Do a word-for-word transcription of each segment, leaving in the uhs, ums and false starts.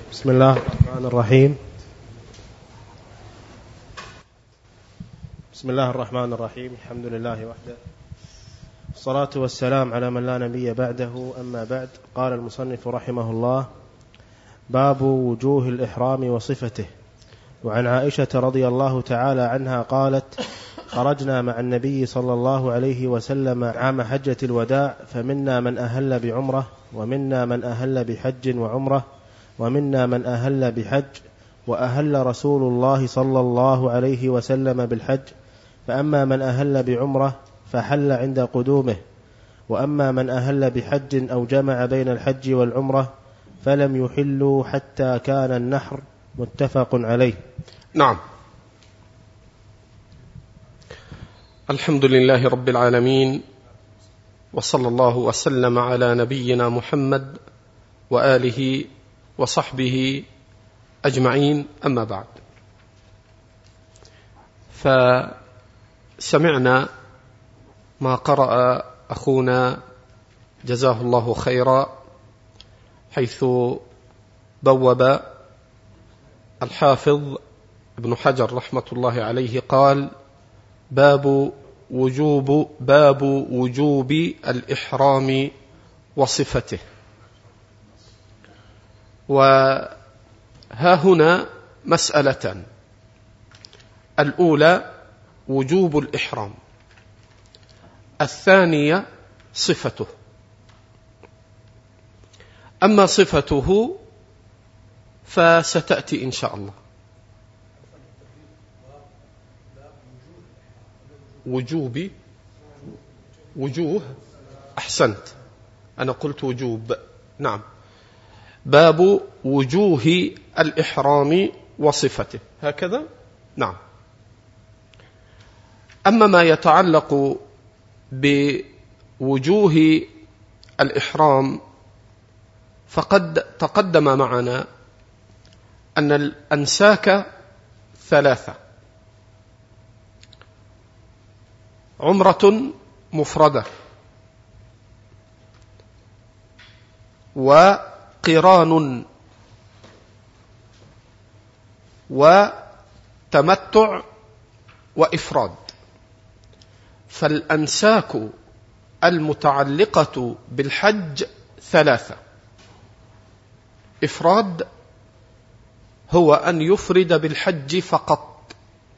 بسم الله الرحمن الرحيم بسم الله الرحمن الرحيم الحمد لله وحده، الصلاة والسلام على من لا نبي بعده، أما بعد. قال المصنف رحمه الله: باب وجوه الإحرام وصفته. وعن عائشة رضي الله تعالى عنها قالت: خرجنا مع النبي صلى الله عليه وسلم عام حجة الوداع، فمنا من أهل بعمرة، ومنا من أهل بحج وعمرة، ومنا من أهل بحج، وأهل رسول الله صلى الله عليه وسلم بالحج، فأما من أهل بعمرة فحل عند قدومه، وأما من أهل بحج أو جمع بين الحج والعمرة فلم يحلوا حتى كان النحر. متفق عليه. نعم. الحمد لله رب العالمين، وصلى الله وسلم على نبينا محمد وآله وصحبه أجمعين، أما بعد. فسمعنا ما قرأ أخونا جزاه الله خيرا، حيث بوب الحافظ ابن حجر رحمة الله عليه قال: باب وجوب باب وجوب الإحرام وصفته. وها هنا مسألتان: الأولى وجوب الإحرام، الثانية صفته. أما صفته فستأتي إن شاء الله. وجوب وجوه أحسنت، أنا قلت وجوب. نعم، باب وجوه الإحرام وصفته، هكذا. نعم. أما ما يتعلق بوجوه الإحرام فقد تقدم معنا أن الأنساك ثلاثة: عمرة مفردة، وقران، وتمتع، وإفراد. فالأنساك المتعلقة بالحج ثلاثة: إفراد هو أن يفرد بالحج فقط،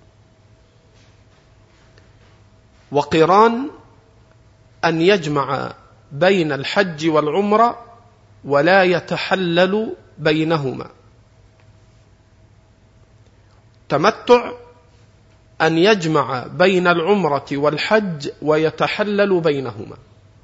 وقران أن يجمع بين الحج والعمرة ولا يتحلل بينهما، تمتع أن يجمع بين العمرة والحج ويتحلل بينهما.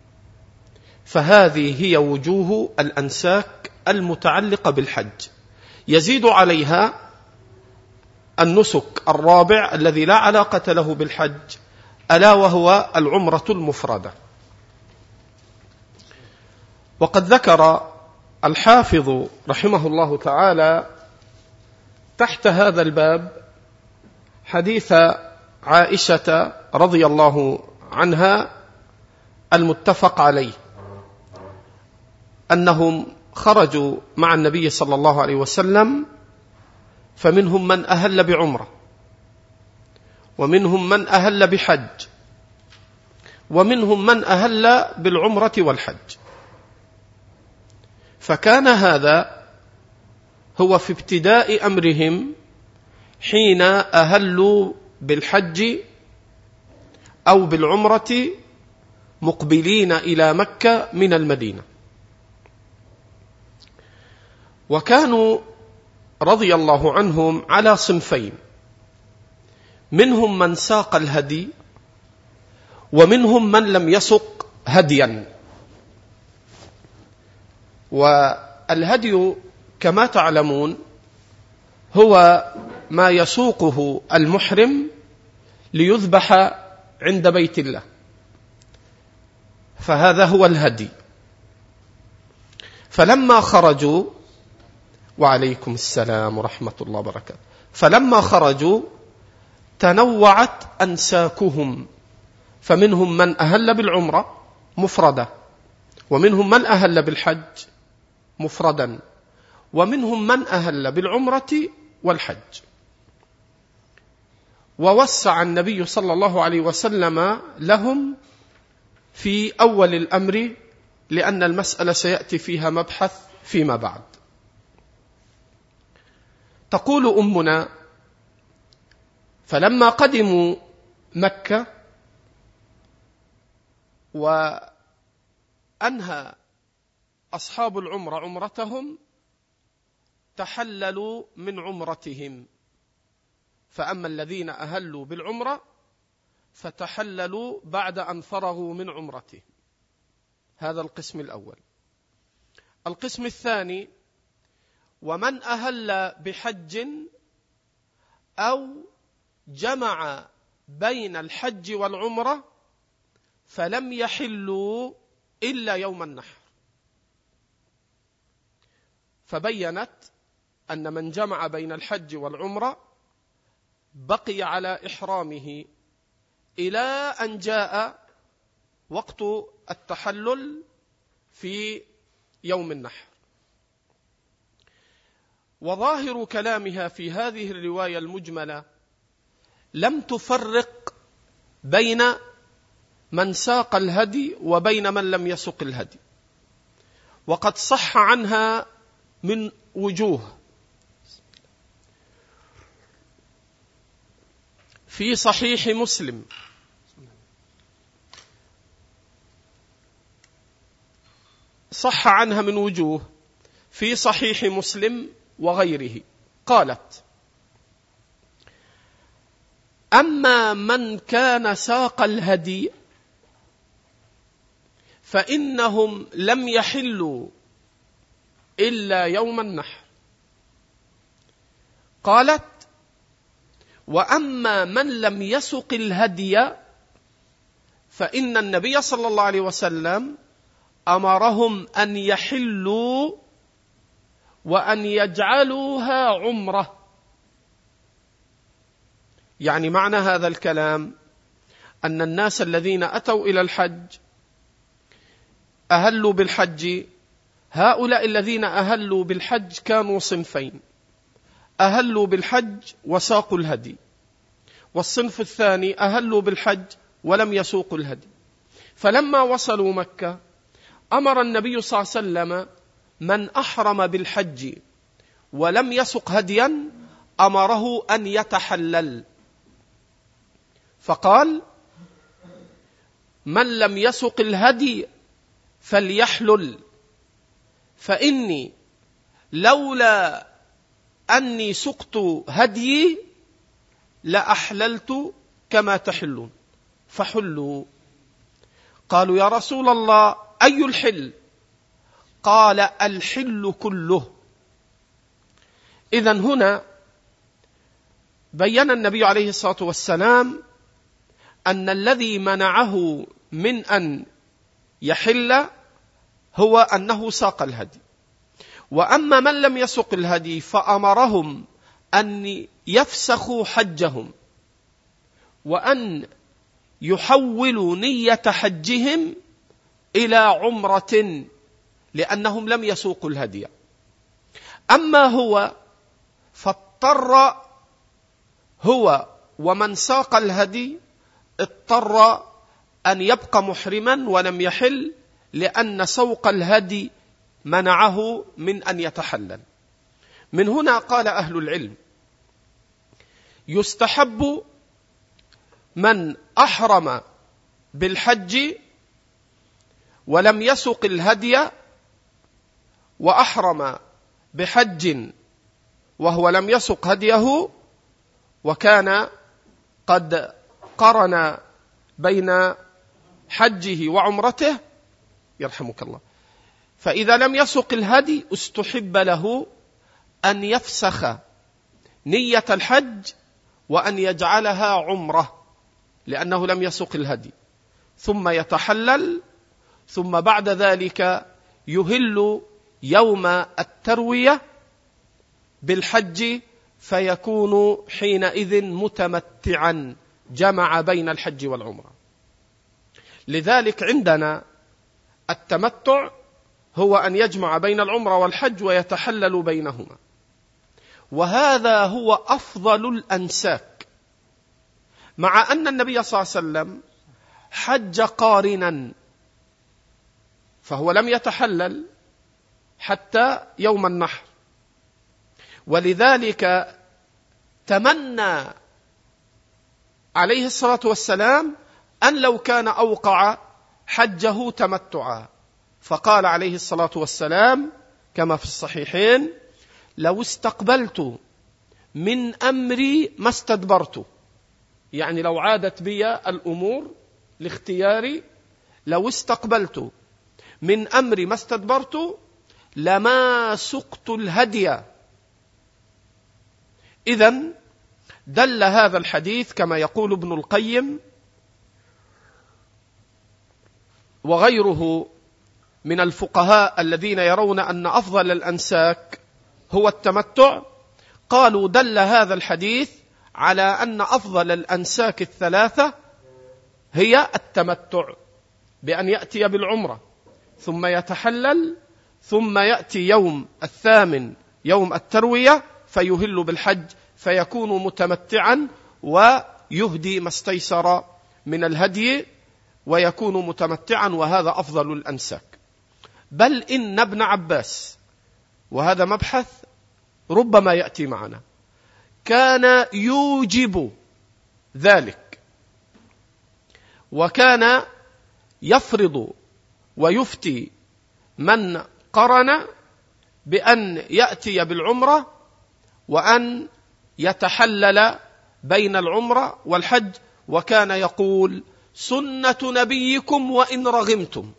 فهذه هي وجوه الأنساك المتعلقة بالحج. يزيد عليها النسك الرابع الذي لا علاقة له بالحج، ألا وهو العمرة المفردة. وقد ذكر الحافظ رحمه الله تعالى تحت هذا الباب حديث عائشة رضي الله عنها المتفق عليه، أنهم خرجوا مع النبي صلى الله عليه وسلم، فمنهم من أهل بعمرة، ومنهم من أهل بحج، ومنهم من أهل بالعمرة والحج. فكان هذا هو في ابتداء أمرهم حين أهلوا بالحج أو بالعمرة مقبلين إلى مكة من المدينة. وكانوا رضي الله عنهم على صنفين: منهم من ساق الهدي، ومنهم من لم يسق هديا. والهدي كما تعلمون هو ما يسوقه المحرم ليذبح عند بيت الله، فهذا هو الهدي. فلما خرجوا وعليكم السلام ورحمة الله وبركاته فلما خرجوا تنوعت أنساكهم، فمنهم من أهل بالعمرة مفردة، ومنهم من أهل بالحج مفردا، ومنهم من أهل بالعمرة والحج. ووسع النبي صلى الله عليه وسلم لهم في أول الأمر، لأن المسألة سيأتي فيها مبحث فيما بعد. تقول أمنا: فلما قدموا مكة وأنهى أصحاب العمرة عمرتهم تحللوا من عمرتهم، فأما الذين أهلوا بالعمرة فتحللوا بعد أن فرغوا من عمرتهم. هذا القسم الأول. القسم الثاني: ومن أهل بحج أو جمع بين الحج والعمرة فلم يحلوا إلا يوم النحر. فبينت أن من جمع بين الحج والعمرة بقي على إحرامه إلى أن جاء وقت التحلل في يوم النحر. وظاهر كلامها في هذه الرواية المجملة لم تفرق بين من ساق الهدي وبين من لم يسق الهدي، وقد صح عنها من وجوه. في صحيح مسلم صح عنها من وجوه في صحيح مسلم وغيره، قالت: أما من كان ساق الهدي فإنهم لم يحلوا إلا يوم النحر. قالت: وأما من لم يسق الهدي فإن النبي صلى الله عليه وسلم أمرهم أن يحلوا وأن يجعلوها عمرة. يعني معنى هذا الكلام أن الناس الذين أتوا إلى الحج أهلوا بالحج، هؤلاء الذين أهلوا بالحج كانوا صنفين: أهلوا بالحج وساقوا الهدي، والصنف الثاني أهلوا بالحج ولم يسوقوا الهدي. فلما وصلوا مكة أمر النبي صلى الله عليه وسلم من أحرم بالحج ولم يسق هديا أمره أن يتحلل، فقال: من لم يسق الهدي فليحلل، فإني لولا أني سقت هديي لأحللت كما تحلون فحلوا. قالوا: يا رسول الله أي الحل؟ قال: الحل كله. إذن هنا بيّن النبي عليه الصلاة والسلام أن الذي منعه من أن يحل هو أنه ساق الهدي، وأما من لم يسق الهدي فأمرهم أن يفسخوا حجهم وأن يحولوا نية حجهم إلى عمرة، لأنهم لم يسوقوا الهدي. أما هو فاضطر هو ومن ساق الهدي اضطر أن يبقى محرما ولم يحل، لأن سوق الهدي منعه من أن يتحلل. من هنا قال أهل العلم: يستحب من أحرم بالحج ولم يسق الهدي وأحرم بحج وهو لم يسق هديه وكان قد قرن بين حجه وعمرته، يرحمك الله، فإذا لم يسق الهدي استحب له أن يفسخ نية الحج وأن يجعلها عمرة، لأنه لم يسق الهدي، ثم يتحلل، ثم بعد ذلك يهل يوم التروية بالحج، فيكون حينئذ متمتعا، جمع بين الحج والعمرة. لذلك عندنا التمتع هو أن يجمع بين العمرة والحج ويتحلل بينهما، وهذا هو أفضل الأنساك، مع أن النبي صلى الله عليه وسلم حج قارنا، فهو لم يتحلل حتى يوم النحر، ولذلك تمنى عليه الصلاة والسلام أن لو كان أوقع حجه تمتعا، فقال عليه الصلاة والسلام كما في الصحيحين: لو استقبلت من أمري ما استدبرت، يعني لو عادت بي الأمور لاختياري، لو استقبلت من أمري ما استدبرت لما سقت الهدي. إذن دل هذا الحديث كما يقول ابن القيم وغيره من الفقهاء الذين يرون أن أفضل الأنساك هو التمتع، قالوا دل هذا الحديث على أن أفضل الأنساك الثلاثة هي التمتع، بأن يأتي بالعمرة ثم يتحلل، ثم يأتي يوم الثامن يوم التروية فيهل بالحج، فيكون متمتعا ويهدي ما استيسر من الهدي ويكون متمتعا، وهذا أفضل الأنساك. بل إن ابن عباس، وهذا مبحث ربما يأتي معنا، كان يوجب ذلك، وكان يفرض ويفتي من قرن بأن يأتي بالعمرة وأن يتحلل بين العمرة والحج، وكان يقول: سنة نبيكم وإن رغمتم.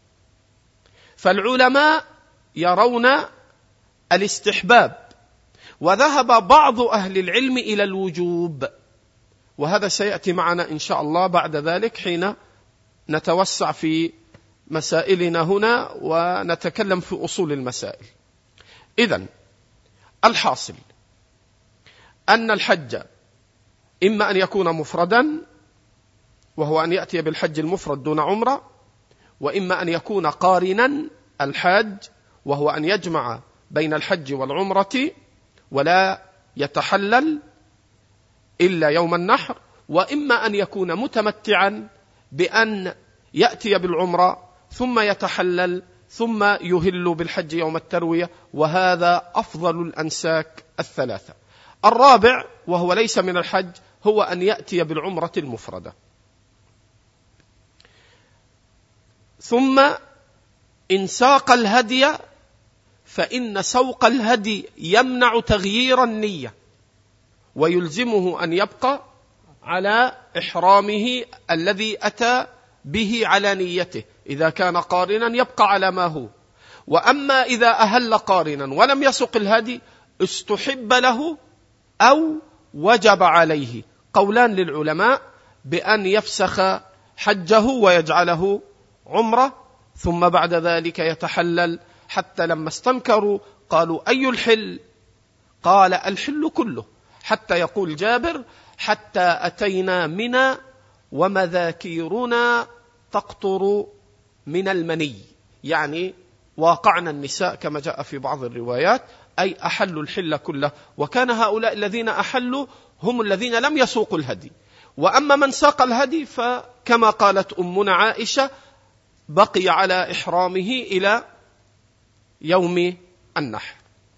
فالعلماء يرون الاستحباب، وذهب بعض أهل العلم إلى الوجوب، وهذا سيأتي معنا إن شاء الله بعد ذلك حين نتوسع في مسائلنا هنا ونتكلم في أصول المسائل. إذن الحاصل أن الحج إما أن يكون مفردا، وهو أن يأتي بالحج المفرد دون عمرة، وإما أن يكون قارنا الحاج، وهو أن يجمع بين الحج والعمرة ولا يتحلل إلا يوم النحر، وإما أن يكون متمتعا بأن يأتي بالعمرة ثم يتحلل ثم يهل بالحج يوم التروية، وهذا أفضل الأنساك الثلاثة. الرابع وهو ليس من الحج هو أن يأتي بالعمرة المفردة. ثم إن ساق الهدي فإن سوق الهدي يمنع تغيير النية، ويلزمه أن يبقى على إحرامه الذي أتى به على نيته. إذا كان قارنا يبقى على ما هو، وأما إذا أهل قارنا ولم يسق الهدي استحب له أو وجب عليه. قولان للعلماء بأن يفسخ حجه ويجعله عمرة ثم بعد ذلك يتحلل، حتى لما استنكروا قالوا: أي الحل؟ قال: الحل كله، حتى يقول جابر: حتى أتينا منى ومذاكيرنا تقطر من المني، يعني واقعنا النساء كما جاء في بعض الروايات، أي أحلوا الحل كله. وكان هؤلاء الذين أحلوا هم الذين لم يسوقوا الهدي، وأما من ساق الهدي فكما قالت أمنا عائشة بقي على إحرامه إلى يوم النحر.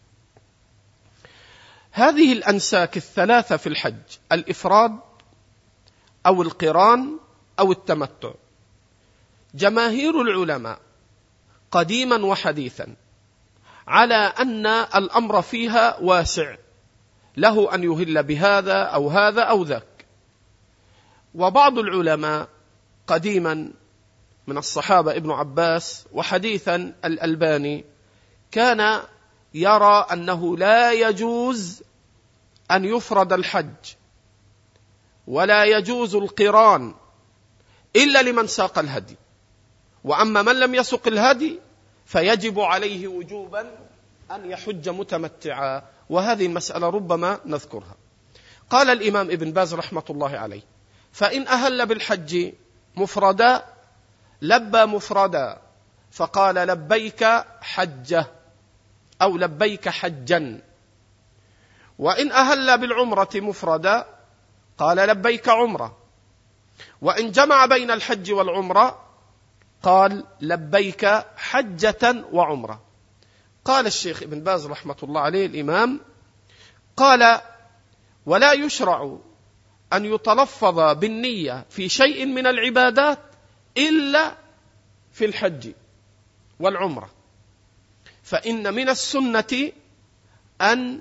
هذه الأنساك الثلاثة في الحج: الإفراد أو القران أو التمتع، جماهير العلماء قديما وحديثا على أن الأمر فيها واسع، له أن يهل بهذا أو هذا أو ذاك. وبعض العلماء قديما من الصحابة ابن عباس، وحديثا الألباني، كان يرى أنه لا يجوز أن يفرد الحج ولا يجوز القران إلا لمن ساق الهدي، وأما من لم يسق الهدي فيجب عليه وجوبا أن يحج متمتعا. وهذه المسألة ربما نذكرها. قال الإمام ابن باز رحمة الله عليه: فإن أهل بالحج مفردا لبى مفردا، فقال لبيك حجة أو لبيك حجا. وإن أهل بالعمرة مفردا قال لبيك عمرة. وإن جمع بين الحج والعمرة قال لبيك حجة وعمرة. قال الشيخ ابن باز رحمة الله عليه الإمام قال ولا يشرع أن يتلفظ بالنية في شيء من العبادات إلا في الحج والعمرة، فإن من السنة أن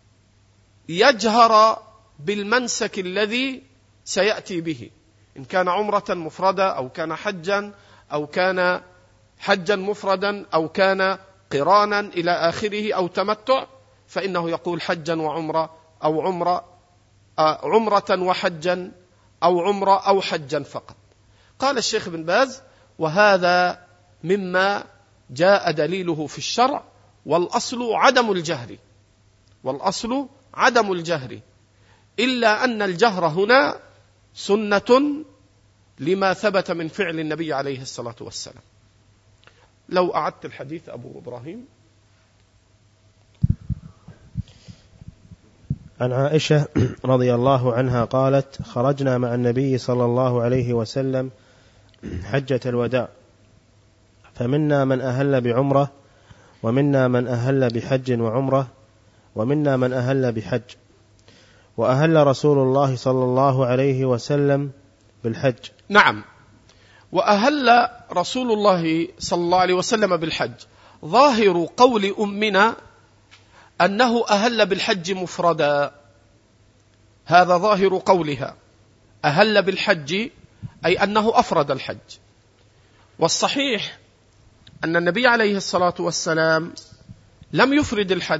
يجهر بالمنسك الذي سيأتي به، إن كان عمرة مفردة أو كان حجا أو كان حجا مفردا أو كان قرانا إلى آخره أو تمتع، فإنه يقول حجا وعمرة أو عمرة عمرة وحجا أو عمرة أو حجا فقط. قال الشيخ بن باز وهذا مما جاء دليله في الشرع، والأصل عدم الجهر، والأصل عدم الجهر، إلا أن الجهر هنا سنة لما ثبت من فعل النبي عليه الصلاة والسلام. لو أعدت الحديث أبو إبراهيم. عن عائشة رضي الله عنها قالت خرجنا مع النبي صلى الله عليه وسلم حجة الوداع، فمنا من أهل بعمرة ومنا من أهل بحج وعمرة ومنا من أهل بحج، وأهل رسول الله صلى الله عليه وسلم بالحج. نعم، وأهل رسول الله صلى الله عليه وسلم بالحج. ظاهر قول أمنا أنه أهل بالحج مفردا، هذا ظاهر قولها، أهل بالحج أي أنه أفرد الحج. والصحيح أن النبي عليه الصلاة والسلام لم يفرد الحج،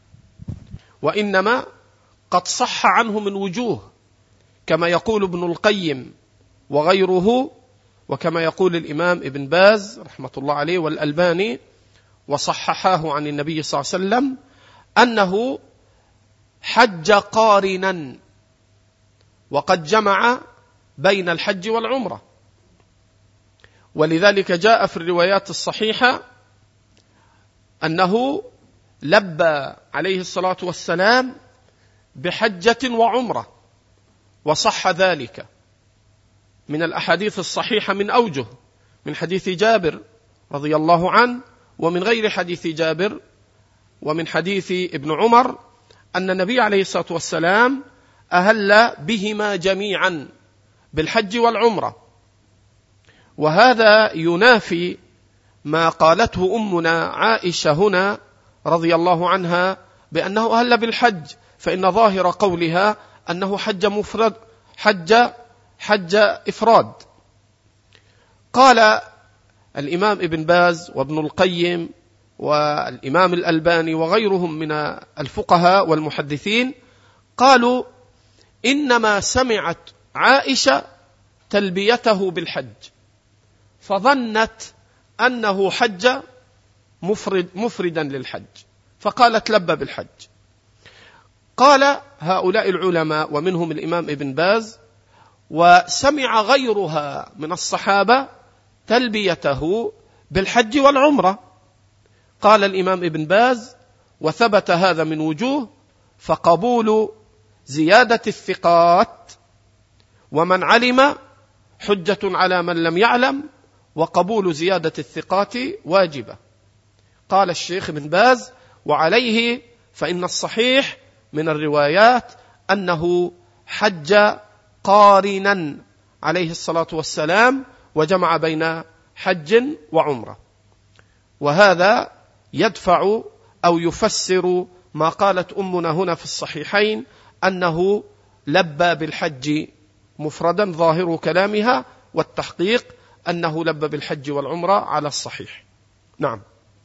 وإنما قد صح عنه من وجوه، كما يقول ابن القيم وغيره، وكما يقول الإمام ابن باز رحمة الله عليه والألباني وصححاه عن النبي صلى الله عليه وسلم أنه حج قارنا، وقد جمع بين الحج والعمرة. ولذلك جاء في الروايات الصحيحة أنه لبى عليه الصلاة والسلام بحجة وعمرة، وصح ذلك من الأحاديث الصحيحة من أوجه، من حديث جابر رضي الله عنه، ومن غير حديث جابر، ومن حديث ابن عمر أن النبي عليه الصلاة والسلام أهل بهما جميعا بالحج والعمرة. وهذا ينافي ما قالته أمنا عائشة هنا رضي الله عنها بأنه أهل بالحج، فإن ظاهر قولها أنه حج مفرد، حج حج إفراد. قال الإمام ابن باز وابن القيم والإمام الألباني وغيرهم من الفقهاء والمحدثين قالوا إنما سمعت عائشة تلبيته بالحج فظنت أنه حج مفرد مفردا للحج، فقالت لبى بالحج. قال هؤلاء العلماء ومنهم الإمام ابن باز وسمع غيرها من الصحابة تلبيته بالحج والعمرة. قال الإمام ابن باز وثبت هذا من وجوه، فقبول زيادة الثقات ومن علم حجة على من لم يعلم، وقبول زيادة الثقات واجبة. قال الشيخ ابن باز وعليه فإن الصحيح من الروايات أنه حج قارنا عليه الصلاة والسلام وجمع بين حج وعمرة، وهذا يدفع أو يفسر ما قالت أمنا هنا في الصحيحين أنه لبى بالحج مفردا، ظاهر كلامها، والتحقيق أنه لبى بالحج والعمرة على الصحيح. نعم.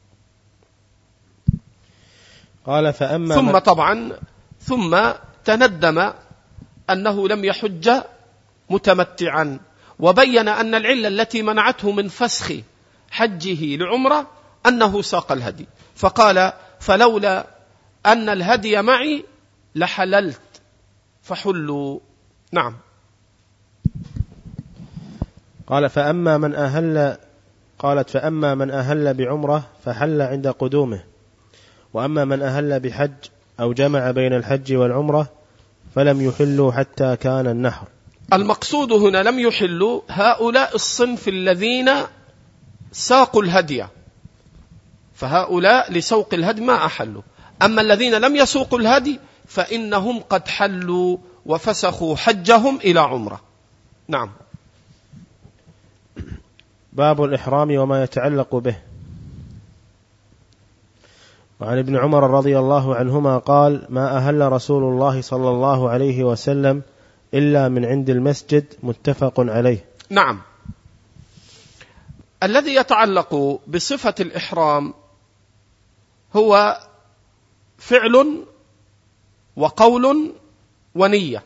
قال فأما ثم طبعا ثم تندم أنه لم يحج متمتعا، وبين أن العلة التي منعته من فسخ حجه لعمرة أنه ساق الهدي، فقال فلولا أن الهدي معي لحللت فحلوا. نعم. قال فأما من أهل قالت: فأما من أهل بعمرة فحل عند قدومه، وأما من أهل بحج أو جمع بين الحج والعمرة فلم يحلوا حتى كان النحر. المقصود هنا لم يحلوا هؤلاء الصنف الذين ساقوا الهدي، فهؤلاء لسوق الهدي ما أحلوا. أما الذين لم يسوقوا الهدي فإنهم قد حلوا وفسخوا حجهم إلى عمرة. نعم. باب الإحرام وما يتعلق به. وعن ابن عمر رضي الله عنهما قال: ما أهل رسول الله صلى الله عليه وسلم إلا من عند المسجد، متفق عليه. نعم. الذي يتعلق بصفة الإحرام هو فعل وقول ونية.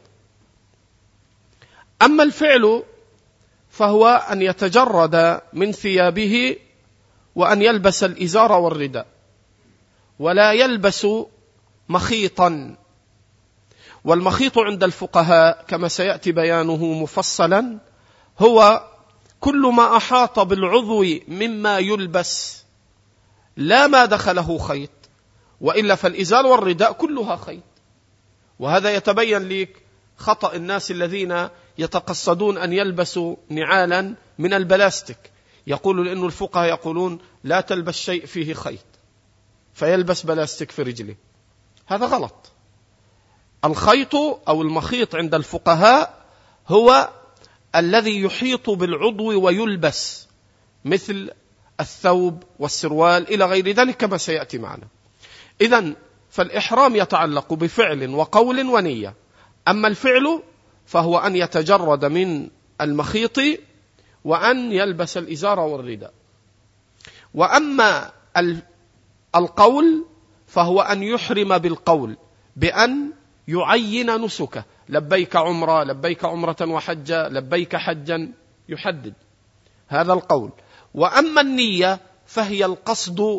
أما الفعل فهو أن يتجرد من ثيابه وأن يلبس الإزار والرداء، ولا يلبس مخيطا. والمخيط عند الفقهاء كما سيأتي بيانه مفصلا هو كل ما أحاط بالعضو مما يلبس لا ما دخله خيط، وإلا فالإزار والرداء كلها خيط. وهذا يتبين لك خطأ الناس الذين يتقصدون أن يلبسوا نعالا من البلاستيك، يقول لأن الفقهاء يقولون لا تلبس شيء فيه خيط، فيلبس بلاستيك في رجله. هذا غلط. الخيط أو المخيط عند الفقهاء هو الذي يحيط بالعضو ويلبس، مثل الثوب والسروال إلى غير ذلك كما سيأتي معنا. إذن فالإحرام يتعلق بفعل وقول ونية. أما الفعل فهو أن يتجرد من المخيط وأن يلبس الإزار والرداء. وأما القول فهو أن يحرم بالقول بأن يعين نسكه، لبيك عمرة، لبيك عمرة وحجة، لبيك حجا، يحدد، هذا القول. وأما النية فهي القصد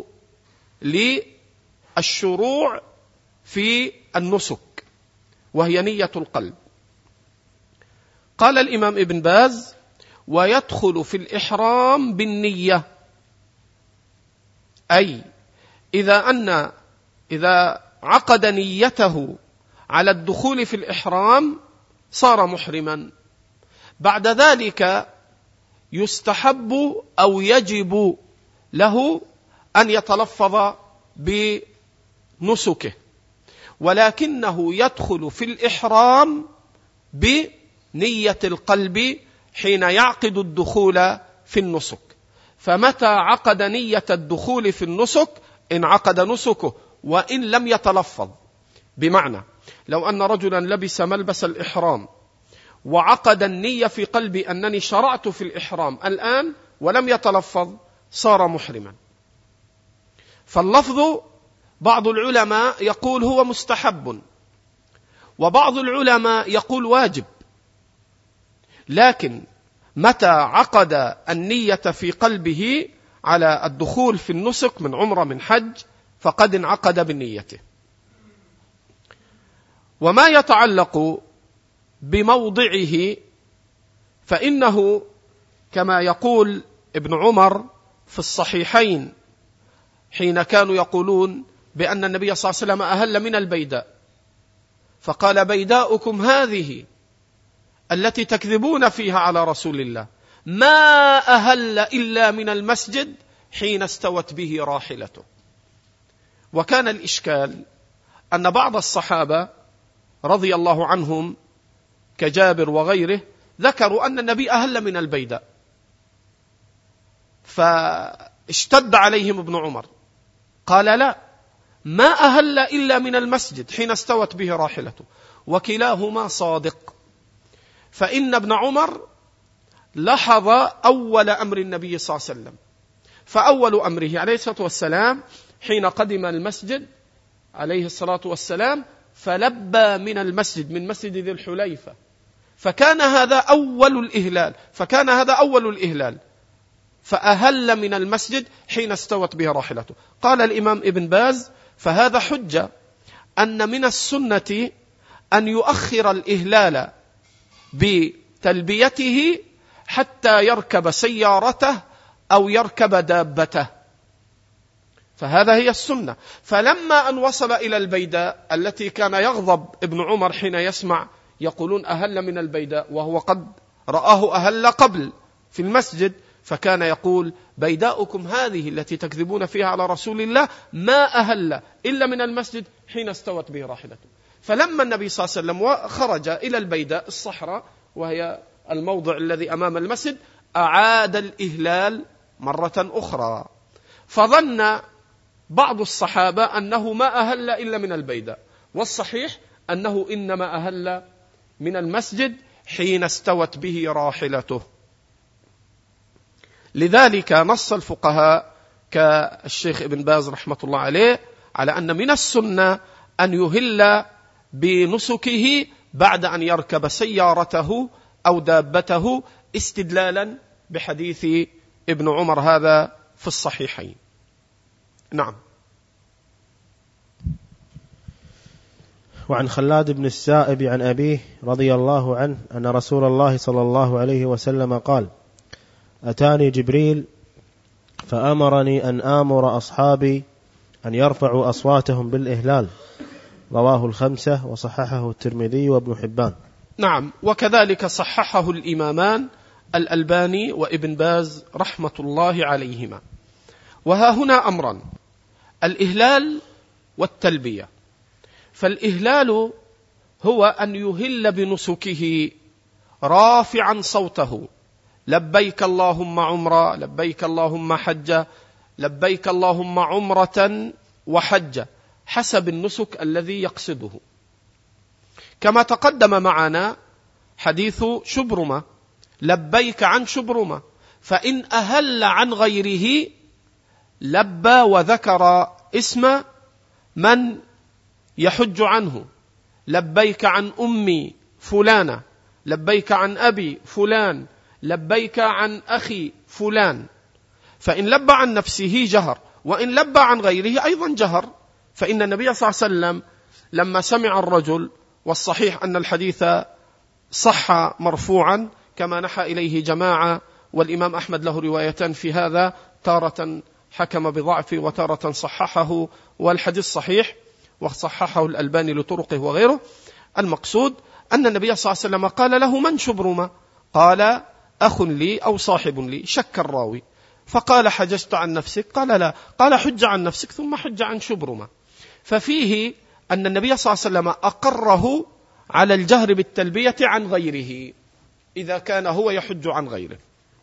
للشروع في النسك، وهي نية القلب. قال الإمام ابن باز: ويدخل في الإحرام بالنية، أي إذا أن إذا عقد نيته على الدخول في الإحرام صار محرما. بعد ذلك يستحب أو يجب له أن يتلفظ بنسكه، ولكنه يدخل في الإحرام بنية القلب حين يعقد الدخول في النسك. فمتى عقد نية الدخول في النسك انعقد نسكه وإن لم يتلفظ. بمعنى لو أن رجلا لبس ملبس الإحرام وعقد النية في قلبي أنني شرعت في الإحرام الآن ولم يتلفظ صار محرما. فاللفظ بعض العلماء يقول هو مستحب، وبعض العلماء يقول واجب، لكن متى عقد النية في قلبه على الدخول في النسك من عمرة من حج فقد انعقد بنيته. وما يتعلق بموضعه فإنه كما يقول ابن عمر في الصحيحين حين كانوا يقولون بأن النبي صلى الله عليه وسلم أهل من البيداء، فقال: بيداؤكم هذه التي تكذبون فيها على رسول الله، ما أهل إلا من المسجد حين استوت به راحلته. وكان الإشكال أن بعض الصحابة رضي الله عنهم كجابر وغيره ذكروا أن النبي أهل من البيداء، فاشتد عليهم ابن عمر قال: لا، ما أهل إلا من المسجد حين استوت به راحلته. وكلاهما صادق، فإن ابن عمر لاحظ أول أمر النبي صلى الله عليه وسلم، فأول أمره عليه الصلاة والسلام حين قدم المسجد عليه الصلاة والسلام فلبى من المسجد، من مسجد ذي الحليفة، فكان هذا أول الإهلال فكان هذا أول الإهلال فأهل من المسجد حين استوت به راحلته. قال الإمام ابن باز: فهذا حجة أن من السنة أن يؤخر الإهلال بتلبيته حتى يركب سيارته أو يركب دابته، فهذا هي السنة. فلما أن وصل إلى البيداء التي كان يغضب ابن عمر حين يسمع يقولون أهل من البيداء، وهو قد رآه أهل قبل في المسجد، فكان يقول بيداؤكم هذه التي تكذبون فيها على رسول الله ما أهل إلا من المسجد حين استوت به راحلته. فلما النبي صلى الله عليه وسلم خرج إلى البيداء الصحراء وهي الموضع الذي أمام المسجد أعاد الإهلال مرة أخرى، فظن بعض الصحابة أنه ما أهل إلا من البيداء، والصحيح أنه إنما أهل من المسجد حين استوت به راحلته. لذلك نص الفقهاء كالشيخ ابن باز رحمة الله عليه على أن من السنة أن يهل بنسكه بعد أن يركب سيارته أو دابته، استدلالا بحديث ابن عمر هذا في الصحيحين. نعم. وعن خلاد بن السائب عن أبيه رضي الله عنه أن رسول الله صلى الله عليه وسلم قال: أتاني جبريل فأمرني أن آمر أصحابي أن يرفعوا أصواتهم بالإهلال. رواه الخمسة وصححه الترمذي وابن حبان. نعم، وكذلك صححه الإمامان الألباني وابن باز رحمة الله عليهما. وها هنا أمران: الإهلال والتلبية. فالإهلال هو أن يهل بنسكه رافعا صوته: لبيك اللهم عمرة، لبيك اللهم حجة، لبيك اللهم عمرة وحجة، حسب النسك الذي يقصده. كما تقدم معنا حديث شبرمة: لبيك عن شبرمة، فإن أهل عن غيره لبى وذكر اسم من يحج عنه: لبيك عن أمي فلانة، لبيك عن أبي فلان، لبيك عن أخي فلان. فإن لبى عن نفسه جهر، وإن لبى عن غيره أيضا جهر. فإن النبي صلى الله عليه وسلم لما سمع الرجل، والصحيح أن الحديث صح مرفوعا كما نحى إليه جماعة، والإمام أحمد له روايتان في هذا، تارة حكم بضعفه وتارة صححه، والحديث صحيح وصححه الألباني لطرقه وغيره. المقصود أن النبي صلى الله عليه وسلم قال له: من شبرمة؟ قال: أخ لي أو صاحب لي. شك الراوي فقال: حججت عن نفسك؟ قال: لا. قال: حج عن نفسك ثم حج عن شبرمة. ففيه أن النبي صلى الله عليه وسلم أقره على الجهر بالتلبية عن غيره إذا كان هو يحج عن غيره.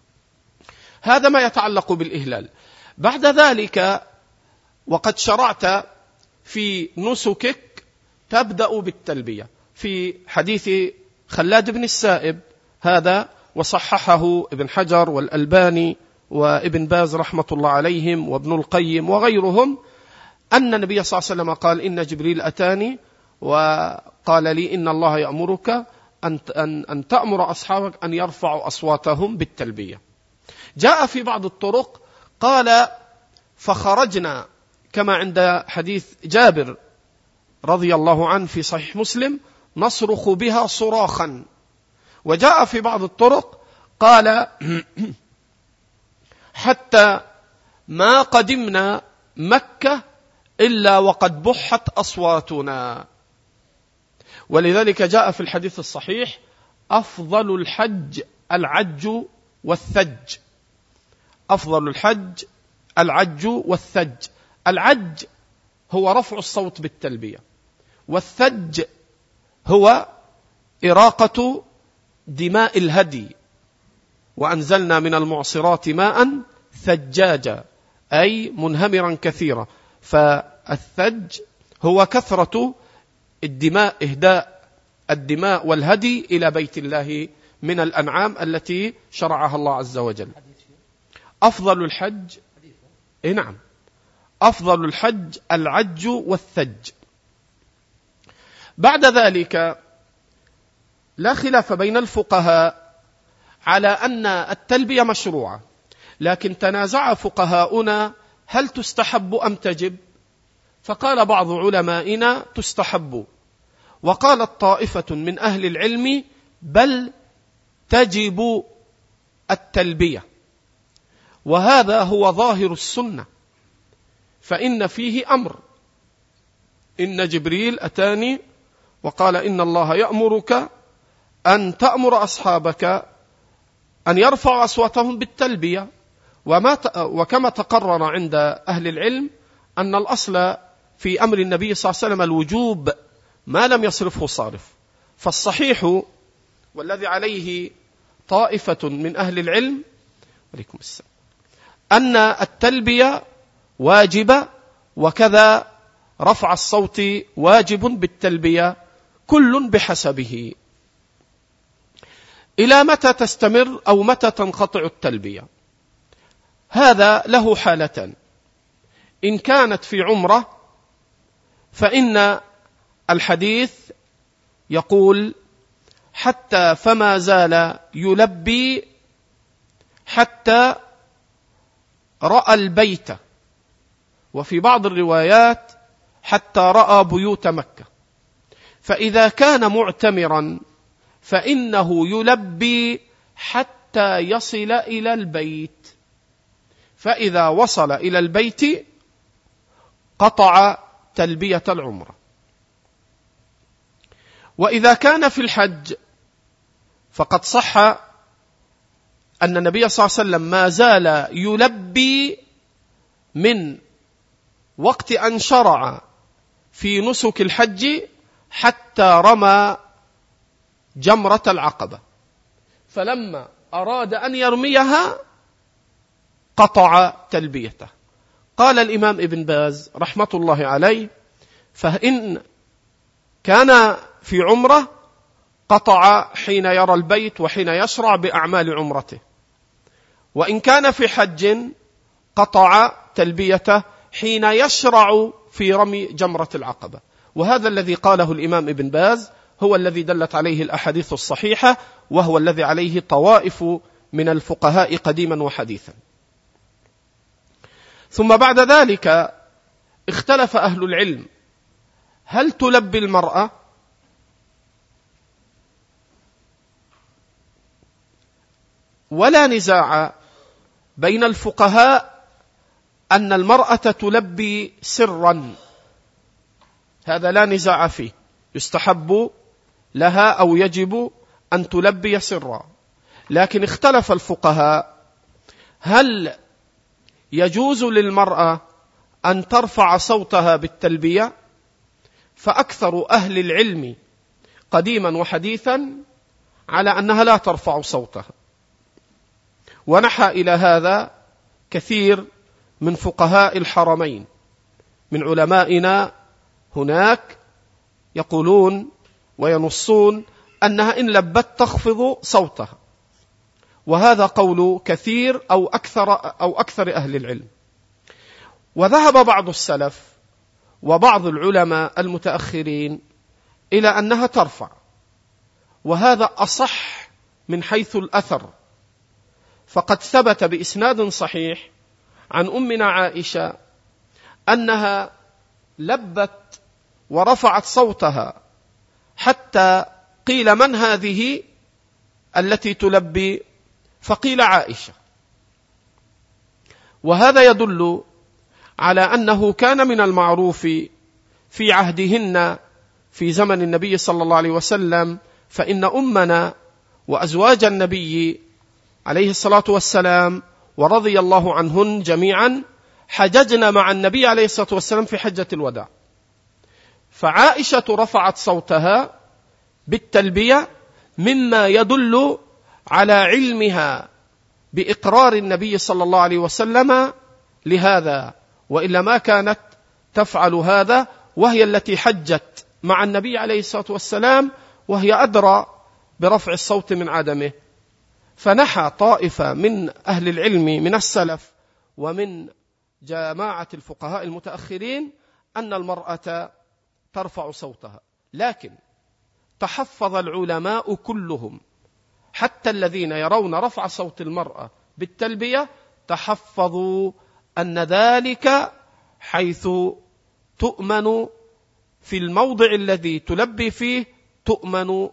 هذا ما يتعلق بالإهلال. بعد ذلك وقد شرعت في نسكك تبدأ بالتلبية في حديث خلاد بن السائب هذا، وصححه ابن حجر والألباني وابن باز رحمة الله عليهم وابن القيم وغيرهم، أن النبي صلى الله عليه وسلم قال: إن جبريل أتاني وقال لي إن الله يأمرك أن, أن, أن تأمر أصحابك أن يرفعوا أصواتهم بالتلبية. جاء في بعض الطرق قال: فخرجنا، كما عند حديث جابر رضي الله عنه في صحيح مسلم: نصرخ بها صراخا. وجاء في بعض الطرق قال: حتى ما قدمنا مكة إلا وقد بحت أصواتنا. ولذلك جاء في الحديث الصحيح: أفضل الحج العج والثج. أفضل الحج العج والثج. العج هو رفع الصوت بالتلبية، والثج هو إراقة دماء الهدي. وأنزلنا من المعصرات ماء ثجاجا، أي منهمرا كثيرا. فالثج هو كثرة الدماء، إهداء الدماء والهدي إلى بيت الله من الأنعام التي شرعها الله عز وجل. أفضل الحج إيه نعم أفضل الحج العج والثج. بعد ذلك لا خلاف بين الفقهاء على أن التلبية مشروعة، لكن تنازع فقهاؤنا هل تستحب أم تجب؟ فقال بعض علمائنا تستحب، وقالت طائفة من أهل العلم بل تجب التلبية. وهذا هو ظاهر السنة، فإن فيه أمر. إن جبريل أتاني وقال إن الله يأمرك أن تأمر أصحابك أن يرفعوا أصواتهم بالتلبية. وما وكما تقرر عند أهل العلم أن الأصل في أمر النبي صلى الله عليه وسلم الوجوب ما لم يصرفه صارف. فالصحيح والذي عليه طائفة من أهل العلم عليكم السلام أن التلبية واجبة، وكذا رفع الصوت واجب بالتلبية، كل بحسبه. إلى متى تستمر أو متى تنقطع التلبية؟ هذا له حالتان. إن كانت في عمرة فإن الحديث يقول حتى فما زال يلبي حتى رأى البيت، وفي بعض الروايات حتى رأى بيوت مكة. فإذا كان معتمرا فإنه يلبي حتى يصل إلى البيت، فإذا وصل إلى البيت قطع تلبية العمرة. وإذا كان في الحج فقد صح أن النبي صلى الله عليه وسلم ما زال يلبي من وقت أن شرع في نسك الحج حتى رمى جمرة العقبة، فلما أراد أن يرميها قطع تلبيته. قال الإمام ابن باز رحمة الله عليه فإن كان في عمره قطع حين يرى البيت وحين يشرع بأعمال عمرته، وإن كان في حج قطع تلبيته حين يشرع في رمي جمرة العقبة. وهذا الذي قاله الإمام ابن باز هو الذي دلت عليه الأحاديث الصحيحة، وهو الذي عليه طوائف من الفقهاء قديما وحديثا. ثم بعد ذلك اختلف أهل العلم هل تلبي المرأة؟ ولا نزاع بين الفقهاء أن المرأة تلبي سرا، هذا لا نزاع فيه، يستحب لها أو يجب أن تلبي سرا. لكن اختلف الفقهاء هل يجوز للمرأة أن ترفع صوتها بالتلبية؟ فأكثر أهل العلم قديما وحديثا على أنها لا ترفع صوتها، ونحى إلى هذا كثير من فقهاء الحرمين من علمائنا هناك، يقولون وينصون أنها إن لبت تخفض صوتها، وهذا قول كثير أو أكثر, أو أكثر أهل العلم. وذهب بعض السلف وبعض العلماء المتأخرين إلى أنها ترفع، وهذا أصح من حيث الأثر، فقد ثبت بإسناد صحيح عن أمنا عائشة أنها لبت ورفعت صوتها حتى قيل من هذه التي تلبي؟ فقيل عائشة. وهذا يدل على أنه كان من المعروف في عهدهن في زمن النبي صلى الله عليه وسلم، فإن أمنا وأزواج النبي عليه الصلاة والسلام ورضي الله عنهن جميعا حججنا مع النبي عليه الصلاة والسلام في حجة الوداع، فعائشة رفعت صوتها بالتلبية مما يدل على علمها بإقرار النبي صلى الله عليه وسلم لهذا، وإلا ما كانت تفعل هذا، وهي التي حجت مع النبي عليه الصلاة والسلام وهي أدرى برفع الصوت من عدمه. فنحى طائفة من أهل العلم من السلف ومن جماعة الفقهاء المتأخرين أن المرأة ترفع صوتها، لكن تحفظ العلماء كلهم حتى الذين يرون رفع صوت المرأة بالتلبية تحفظوا أن ذلك حيث تؤمن في الموضع الذي تلبي فيه تؤمن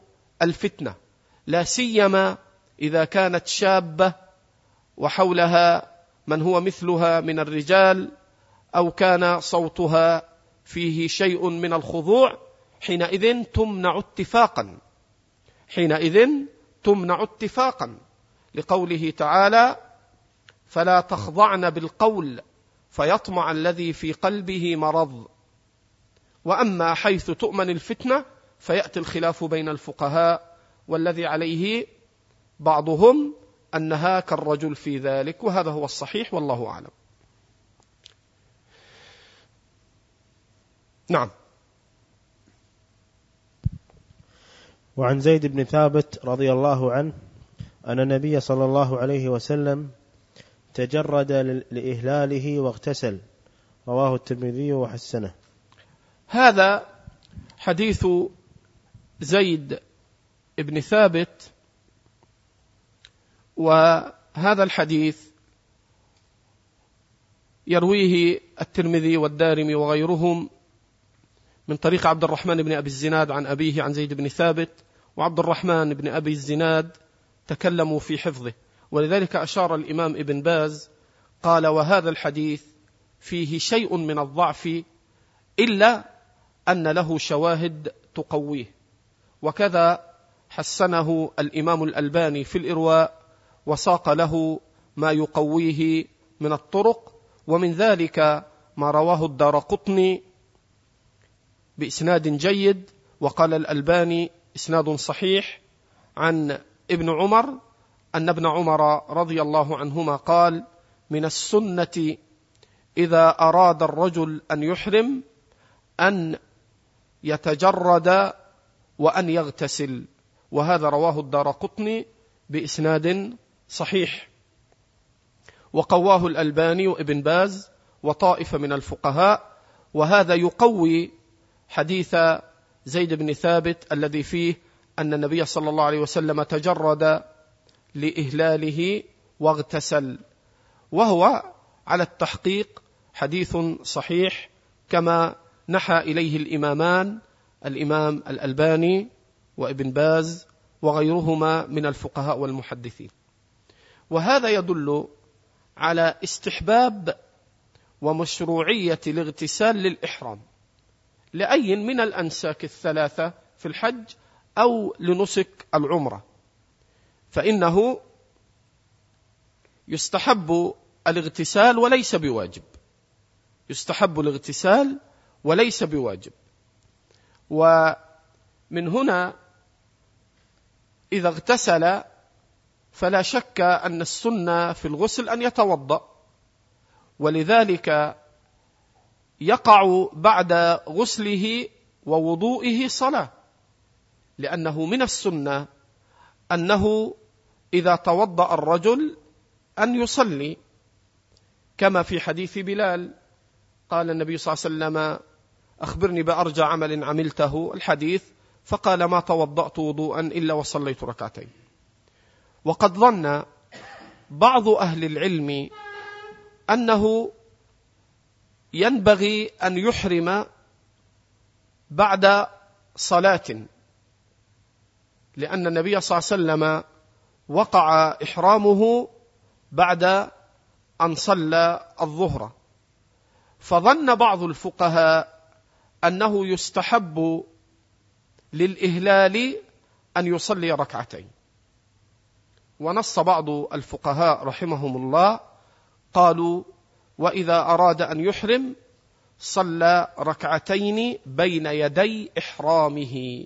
الفتنة، لا سيما إذا كانت شابة وحولها من هو مثلها من الرجال أو كان صوتها فيه شيء من الخضوع، حينئذ تمنع اتفاقا حينئذ تمنع اتفاقا لقوله تعالى: فلا تخضعن بالقول فيطمع الذي في قلبه مرض. وأما حيث تؤمن الفتنة فيأتي الخلاف بين الفقهاء، والذي عليه بعضهم أنها كالرجل في ذلك، وهذا هو الصحيح والله أعلم. نعم. وعن زيد بن ثابت رضي الله عنه أن النبي صلى الله عليه وسلم تجرد لإهلاله واغتسل، رواه الترمذي وحسنه. هذا حديث زيد بن ثابت، وهذا الحديث يرويه الترمذي والدارمي وغيرهم من طريق عبد الرحمن بن أبي الزناد عن أبيه عن زيد بن ثابت، وعبد الرحمن بن أبي الزناد تكلموا في حفظه، ولذلك أشار الإمام ابن باز قال: وهذا الحديث فيه شيء من الضعف إلا أن له شواهد تقويه. وكذا حسنه الإمام الألباني في الإرواء وساق له ما يقويه من الطرق، ومن ذلك ما رواه الدارقطني بإسناد جيد، وقال الألباني إسناد صحيح، عن ابن عمر أن ابن عمر رضي الله عنهما قال: من السنة إذا أراد الرجل أن يحرم أن يتجرد وأن يغتسل، وهذا رواه الدارقطني بإسناد صحيح، وقواه الألباني وابن باز وطائفة من الفقهاء. وهذا يقوي حديث زيد بن ثابت الذي فيه أن النبي صلى الله عليه وسلم تجرد لإهلاله واغتسل، وهو على التحقيق حديث صحيح كما نحى إليه الإمامان الإمام الألباني وابن باز وغيرهما من الفقهاء والمحدثين. وهذا يدل على استحباب ومشروعية الاغتسال للإحرام لأي من الأنساك الثلاثة في الحج أو لنسك العمرة، فإنه يستحب الاغتسال وليس بواجب يستحب الاغتسال وليس بواجب. ومن هنا إذا اغتسل فلا شك أن السنة في الغسل أن يتوضأ، ولذلك يقع بعد غسله ووضوئه صلاة، لأنه من السنة أنه إذا توضأ الرجل أن يصلي، كما في حديث بلال قال النبي صلى الله عليه وسلم: أخبرني بأرجى عمل عملته، الحديث، فقال: ما توضأت وضوءا إلا وصليت ركعتين. وقد ظن بعض أهل العلم أنه ينبغي أن يحرم بعد صلاة، لأن النبي صلى الله عليه وسلم وقع إحرامه بعد أن صلى الظهر، فظن بعض الفقهاء أنه يستحب للإهلال أن يصلي ركعتين. ونص بعض الفقهاء رحمهم الله قالوا: وإذا أراد أن يحرم صلى ركعتين بين يدي إحرامه.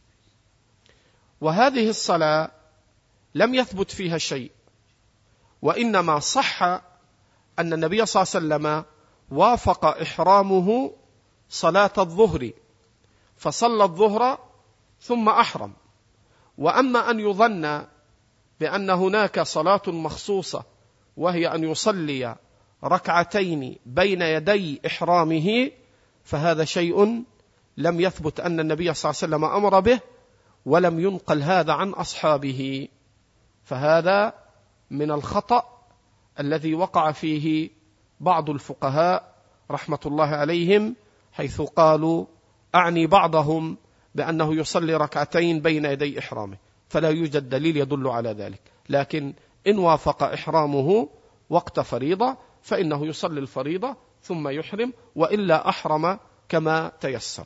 وهذه الصلاة لم يثبت فيها شيء، وإنما صح أن النبي صلى الله عليه وسلم وافق إحرامه صلاة الظهر فصلى الظهر ثم أحرم. وأما أن يظن بأن هناك صلاة مخصوصة وهي أن يصلي ركعتين بين يدي إحرامه، فهذا شيء لم يثبت أن النبي صلى الله عليه وسلم أمر به، ولم ينقل هذا عن أصحابه، فهذا من الخطأ الذي وقع فيه بعض الفقهاء رحمة الله عليهم، حيث قالوا، أعني بعضهم، بأنه يصلي ركعتين بين يدي إحرامه، فلا يوجد دليل يدل على ذلك. لكن إن وافق إحرامه وقت فريضة فإنه يصلي الفريضة ثم يحرم، وإلا أحرم كما تيسر.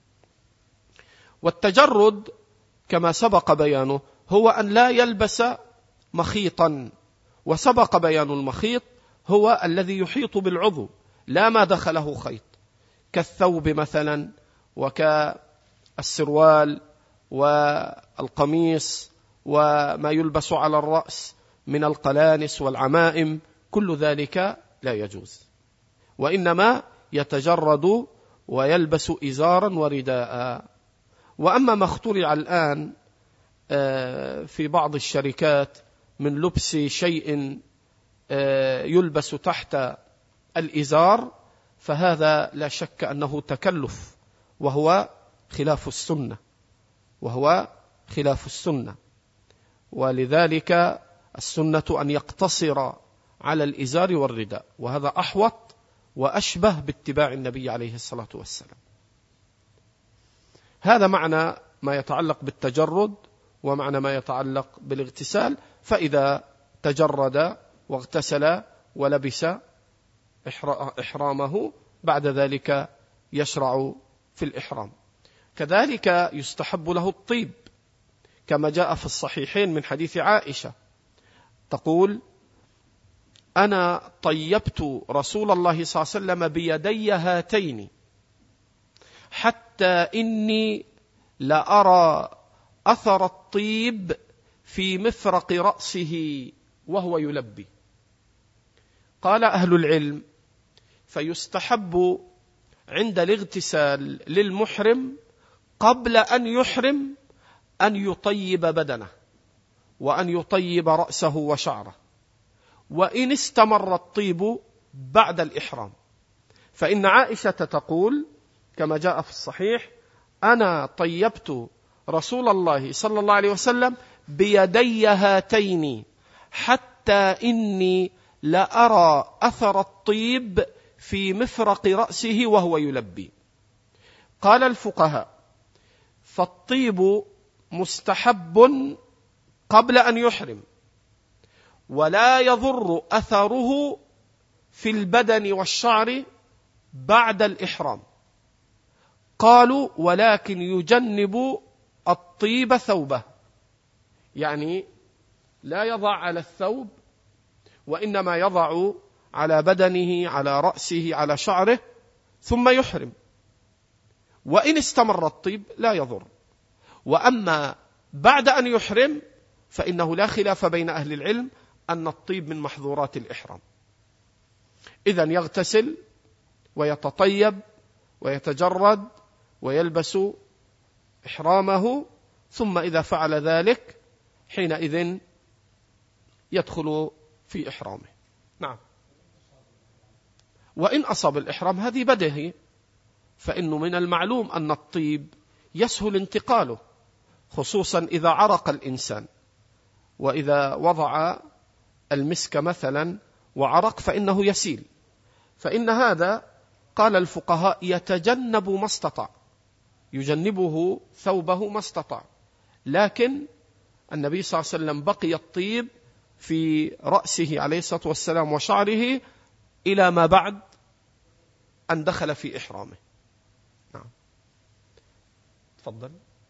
والتجرد كما سبق بيانه هو أن لا يلبس مخيطا، وسبق بيان المخيط هو الذي يحيط بالعضو لا ما دخله خيط، كالثوب مثلا وكالسروال والقميص وما يلبس على الرأس من القلانس والعمائم، كل ذلك لا يجوز، وإنما يتجرد ويلبس إزارا ورداء. وأما ما اخترع الآن في بعض الشركات من لبس شيء يلبس تحت الإزار، فهذا لا شك أنه تكلف، وهو خلاف السنة وهو خلاف السنة ولذلك السنة أن يقتصر على الإزار والرداء، وهذا أحوط وأشبه باتباع النبي عليه الصلاة والسلام. هذا معنى ما يتعلق بالتجرد، ومعنى ما يتعلق بالاغتسال. فإذا تجرد واغتسل ولبس إحرامه بعد ذلك يشرع في الإحرام. كذلك يستحب له الطيب كما جاء في الصحيحين من حديث عائشة تقول: أنا طيبت رسول الله صلى الله عليه وسلم بيدي هاتين حتى إني لأرى أثر الطيب في مفرق رأسه وهو يلبي. قال أهل العلم: فيستحب عند الاغتسال للمحرم قبل أن يحرم أن يطيب بدنه وأن يطيب رأسه وشعره، وإن استمر الطيب بعد الإحرام، فإن عائشة تقول كما جاء في الصحيح: أنا طيبت رسول الله صلى الله عليه وسلم بيدي هاتين حتى إني لأرى أثر الطيب في مفرق رأسه وهو يلبي. قال الفقهاء: فالطيب مستحب قبل أن يحرم، ولا يضر أثره في البدن والشعر بعد الإحرام. قالوا: ولكن يجنب الطيب ثوبه، يعني لا يضع على الثوب، وإنما يضع على بدنه، على رأسه، على شعره، ثم يحرم. وإن استمر الطيب لا يضر. وأما بعد أن يحرم فإنه لا خلاف بين أهل العلم أن الطيب من محظورات الإحرام. إذن يغتسل ويتطيب ويتجرد ويلبس إحرامه، ثم إذا فعل ذلك حينئذ يدخل في إحرامه. نعم. وإن أصاب الإحرام هذه بدهي، فإنه من المعلوم أن الطيب يسهل انتقاله، خصوصا إذا عرق الإنسان، وإذا وضع المسك مثلا وعرق فإنه يسيل، فإن هذا قال الفقهاء يتجنب ما استطاع، يجنبه ثوبه ما استطاع. لكن النبي صلى الله عليه وسلم بقي الطيب في رأسه عليه الصلاة والسلام وشعره إلى ما بعد أن دخل في إحرامه. نعم. تفضل.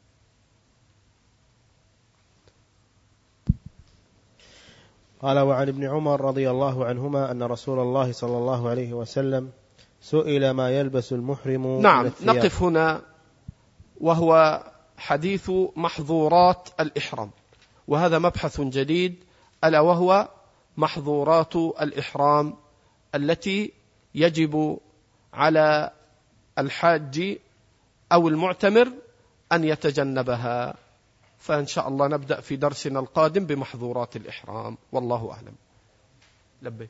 قال: وعن ابن عمر رضي الله عنهما أن رسول الله صلى الله عليه وسلم سئل ما يلبس المحرم. نعم. نقف هنا، وهو حديث محظورات الإحرام، وهذا مبحث جديد، ألا وهو محظورات الإحرام التي يجب على الحاج أو المعتمر أن يتجنبها. فإن شاء الله نبدأ في درسنا القادم بمحظورات الإحرام، والله أعلم. لبيك.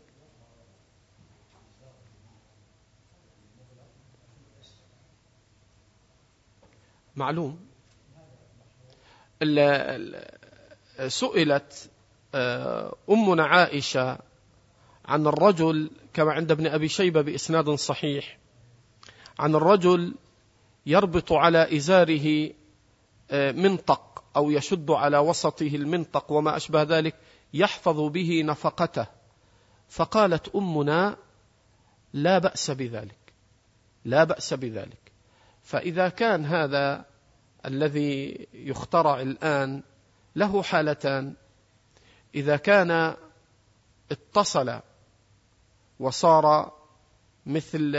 معلوم. سئلت أمنا عائشة عن الرجل كما عند ابن أبي شيبة بإسناد صحيح، عن الرجل يربط على إزاره منطق أو يشد على وسطه المنطق وما أشبه ذلك يحفظ به نفقته، فقالت أمنا لا بأس بذلك، لا بأس بذلك. فإذا كان هذا الذي يخترع الآن له حالتان: إذا كان اتصل وصار مثل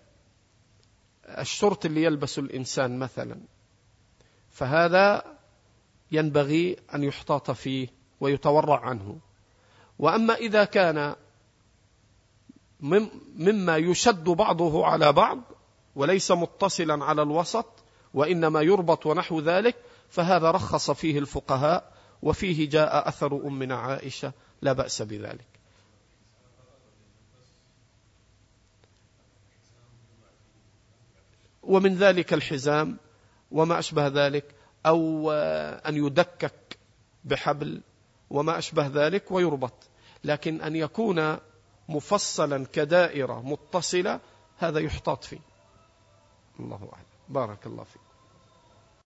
الشرط اللي يلبس الإنسان مثلا، فهذا ينبغي أن يحتاط فيه ويتورع عنه. وأما إذا كان مما يشد بعضه على بعض وليس متصلا على الوسط وإنما يربط ونحو ذلك، فهذا رخص فيه الفقهاء، وفيه جاء أثر أمنا عائشة لا بأس بذلك. ومن ذلك الحزام وما أشبه ذلك، أو أن يدكك بحبل وما أشبه ذلك ويربط. لكن أن يكون مفصلا كدائرة متصلة هذا يحتاط فيه. الله أعلم. بارك الله فيك.